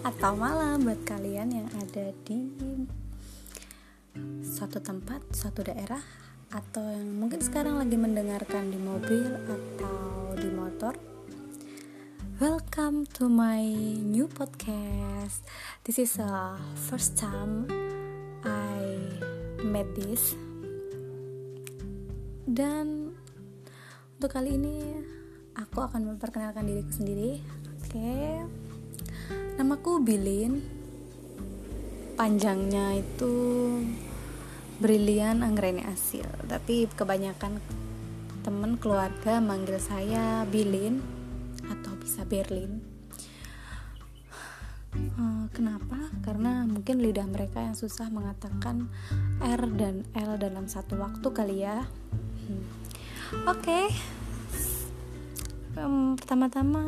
atau malam buat kalian yang ada di suatu tempat, suatu daerah, atau yang mungkin sekarang lagi mendengarkan di mobil atau di motor. Welcome to my new podcast. This is the first time I made this. Dan untuk kali ini aku akan memperkenalkan diriku sendiri. Oke. Namaku Bilin. Panjangnya itu Brilian Anggreni Asil. Tapi kebanyakan teman keluarga manggil saya Bilin atau bisa Berlin. Kenapa? Karena mungkin lidah mereka yang susah mengatakan R dan L dalam satu waktu kali ya. Oke. Pertama-tama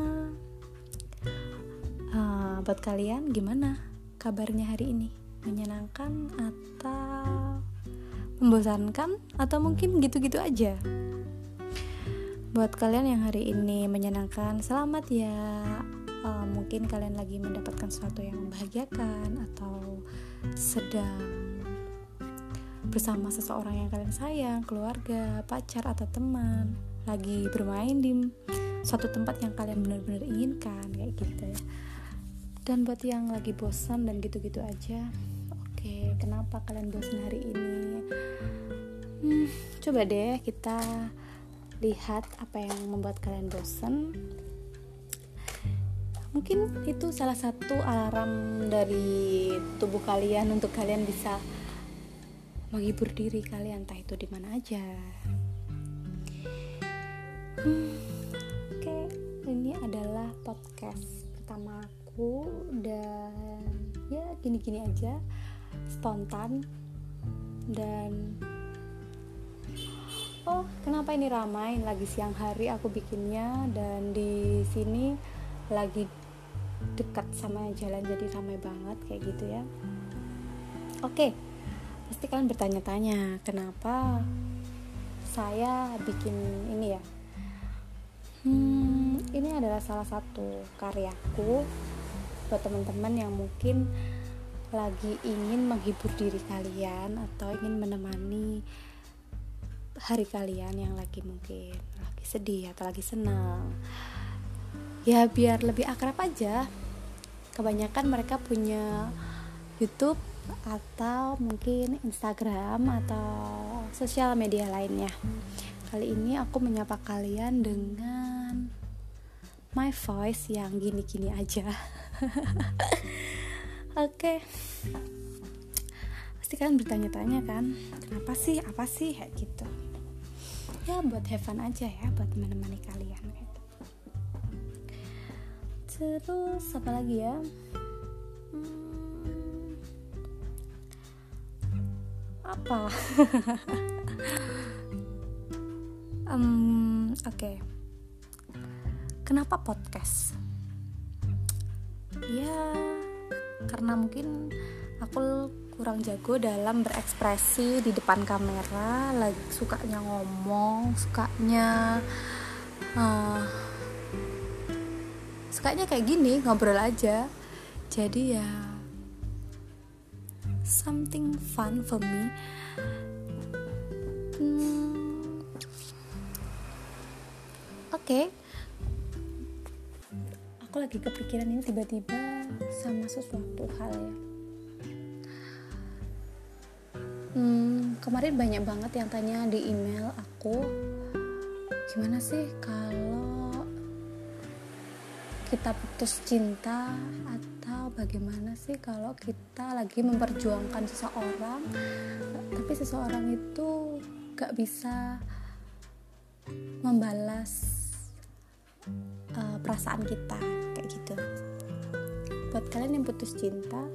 buat kalian gimana kabarnya hari ini? Menyenangkan atau membosankan atau mungkin gitu-gitu aja? Buat kalian yang hari ini menyenangkan, selamat ya. Mungkin kalian lagi mendapatkan sesuatu yang membahagiakan atau sedang bersama seseorang yang kalian sayang, keluarga, pacar atau teman, lagi bermain di suatu tempat yang kalian benar-benar inginkan, kayak gitu ya. Dan buat yang lagi bosan dan gitu-gitu aja, oke, kenapa kalian bosan hari ini? Coba deh kita lihat apa yang membuat kalian bosan. Mungkin itu salah satu alarm dari tubuh kalian untuk kalian bisa menghibur diri kalian, entah itu di mana aja. Oke, ini adalah podcast pertama aku dan ya gini-gini aja, spontan. Dan kenapa ini ramai? Lagi siang hari aku bikinnya dan di sini lagi dekat sama jalan jadi ramai banget kayak gitu ya. Oke. Pasti kalian bertanya-tanya kenapa saya bikin ini ya. Ini adalah salah satu karyaku buat teman-teman yang mungkin lagi ingin menghibur diri kalian atau ingin menemani hari kalian yang lagi mungkin lagi sedih atau lagi senang. Ya biar lebih akrab aja. Kebanyakan mereka punya YouTube atau mungkin Instagram atau sosial media lainnya. Kali ini aku menyapa kalian dengan my voice yang gini-gini aja. Oke. Pasti kalian bertanya-tanya kan, kenapa sih, apa sih kayak gitu. Ya buat have fun aja ya, buat menemani kalian gitu. Terus apa lagi ya? Apa? Oke. Kenapa podcast? Ya, karena mungkin aku kurang jago dalam berekspresi di depan kamera. Lagi sukanya ngomong, sukanya kayak gini, ngobrol aja. Jadi ya something fun for me. Oke. Aku lagi kepikiran ini tiba-tiba sama sesuatu hal ya. Kemarin banyak banget yang tanya di email aku, gimana sih kalau kita putus cinta, atau bagaimana sih kalau kita lagi memperjuangkan seseorang tapi seseorang itu gak bisa membalas perasaan kita, kayak gitu. Buat kalian yang putus cinta,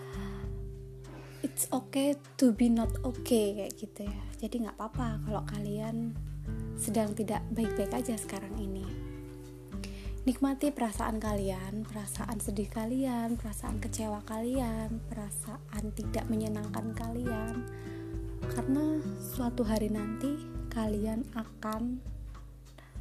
it's okay to be not okay, kayak gitu ya. Jadi gak apa-apa kalau kalian sedang tidak baik-baik aja sekarang ini. Nikmati perasaan kalian, perasaan sedih kalian, perasaan kecewa kalian, perasaan tidak menyenangkan kalian. Karena suatu hari nanti kalian akan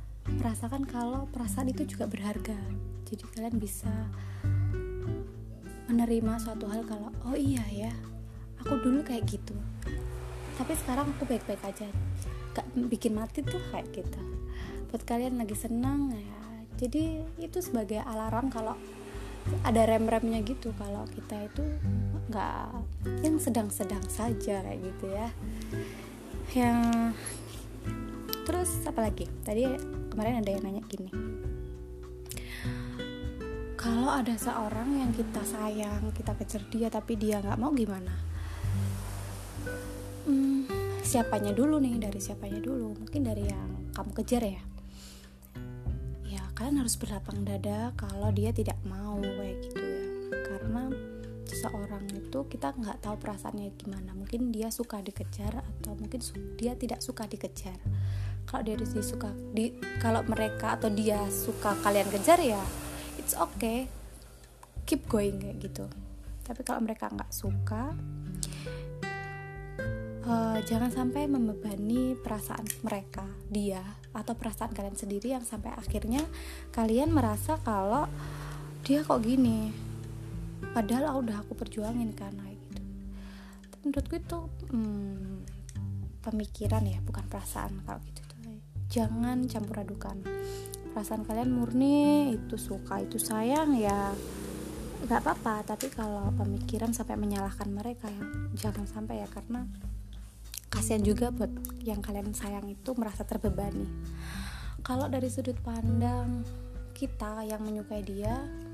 merasakan kalau perasaan itu juga berharga. Jadi kalian bisa menerima suatu hal kalau oh iya ya, aku dulu kayak gitu, tapi sekarang aku baik-baik aja. Gak bikin mati tuh kayak gitu. Buat kalian lagi senang ya, jadi itu sebagai alarm kalau ada rem-remnya gitu, kalau kita itu nggak yang sedang-sedang saja kayak gitu ya. Yang terus apa lagi? Tadi kemarin ada yang nanya gini, kalau ada seorang yang kita sayang, kita kejar dia tapi dia nggak mau gimana? Siapanya dulu nih, dari siapanya dulu? Mungkin dari yang kamu kejar ya. Ya kalian harus berlapang dada kalau dia tidak mau kayak gitu ya. Karena seseorang itu kita nggak tahu perasaannya gimana. Mungkin dia suka dikejar atau mungkin dia tidak suka dikejar. Kalau dia disuka, kalau mereka atau dia suka kalian kejar ya, it's okay, keep going kayak gitu. Tapi kalau mereka nggak suka, jangan sampai membebani perasaan mereka, dia atau perasaan kalian sendiri yang sampai akhirnya kalian merasa kalau dia kok gini, padahal udah aku perjuangin kan gitu. Menurutku itu pemikiran ya, bukan perasaan. Kalau gitu jangan campur adukan. Perasaan kalian murni, itu suka itu sayang ya nggak apa-apa, tapi kalau pemikiran sampai menyalahkan mereka ya jangan sampai ya, karena kasihan juga buat yang kalian sayang itu merasa terbebani. Kalau dari sudut pandang kita yang menyukai dia,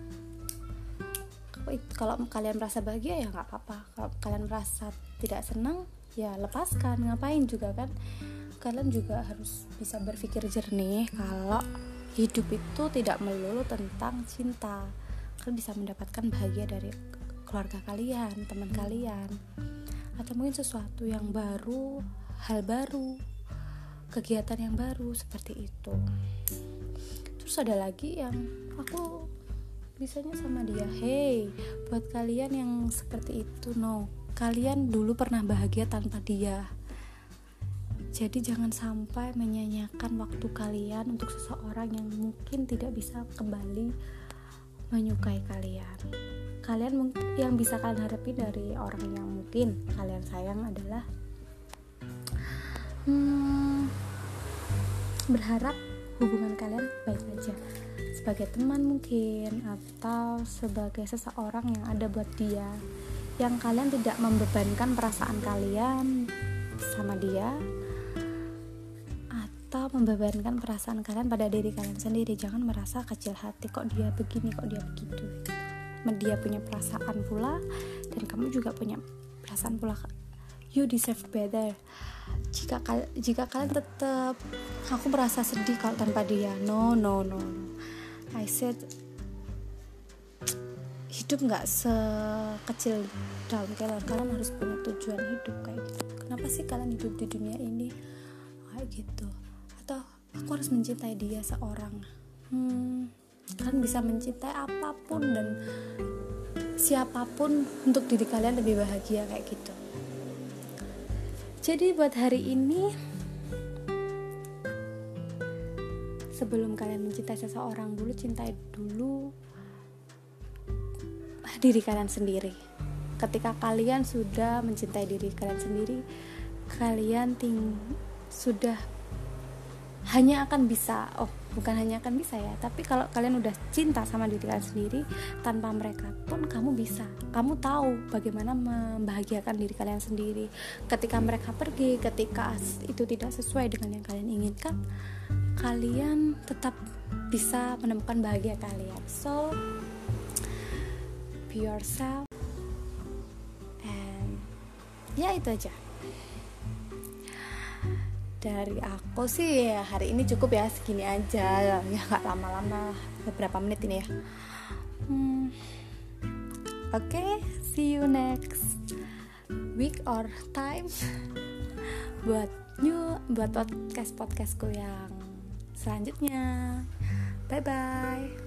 kalau kalian merasa bahagia ya nggak apa-apa. Kalau kalian merasa tidak senang ya lepaskan, ngapain juga kan. Kalian juga harus bisa berpikir jernih kalau hidup itu tidak melulu tentang cinta. Kalian bisa mendapatkan bahagia dari keluarga kalian, teman kalian, atau mungkin sesuatu yang baru, hal baru, kegiatan yang baru seperti itu. Terus ada lagi yang aku bisanya sama dia, hey, buat kalian yang seperti itu, no, kalian dulu pernah bahagia tanpa dia. Jadi jangan sampai menyanyiakan waktu kalian untuk seseorang yang mungkin tidak bisa kembali menyukai kalian. Kalian yang bisa kalian hadapi dari orang yang mungkin kalian sayang adalah berharap hubungan kalian baik aja, sebagai teman mungkin, atau sebagai seseorang yang ada buat dia, yang kalian tidak membebankan perasaan kalian sama dia atau membebankan perasaan kalian pada diri kalian sendiri. Jangan merasa kecil hati, kok dia begini, kok dia begitu. Dia punya perasaan pula dan kamu juga punya perasaan pula. You deserve better. Jika kalian tetap, aku merasa sedih kalau tanpa dia, no. I said hidup nggak sekecil daun kelor. Kalian harus punya tujuan hidup kayak gitu. Kenapa sih kalian hidup di dunia ini kayak gitu? Atau aku harus mencintai dia seorang. Kalian bisa mencintai apapun dan siapapun untuk diri kalian lebih bahagia kayak gitu. Jadi buat hari ini, sebelum kalian mencintai seseorang dulu, cintai dulu diri kalian sendiri. Ketika kalian sudah mencintai diri kalian sendiri, kalian sudah hanya akan bisa, bukan hanya akan bisa ya, tapi kalau kalian udah cinta sama diri kalian sendiri, tanpa mereka pun kamu bisa. Kamu tahu bagaimana membahagiakan diri kalian sendiri. Ketika mereka pergi, ketika itu tidak sesuai dengan yang kalian inginkan, kalian tetap bisa menemukan bahagia kalian. So be yourself, and ya itu aja dari aku sih ya. Hari ini cukup ya, segini aja ya, gak lama-lama, beberapa menit ini ya. Oke, see you next week or time buat podcastku yang selanjutnya. Bye bye.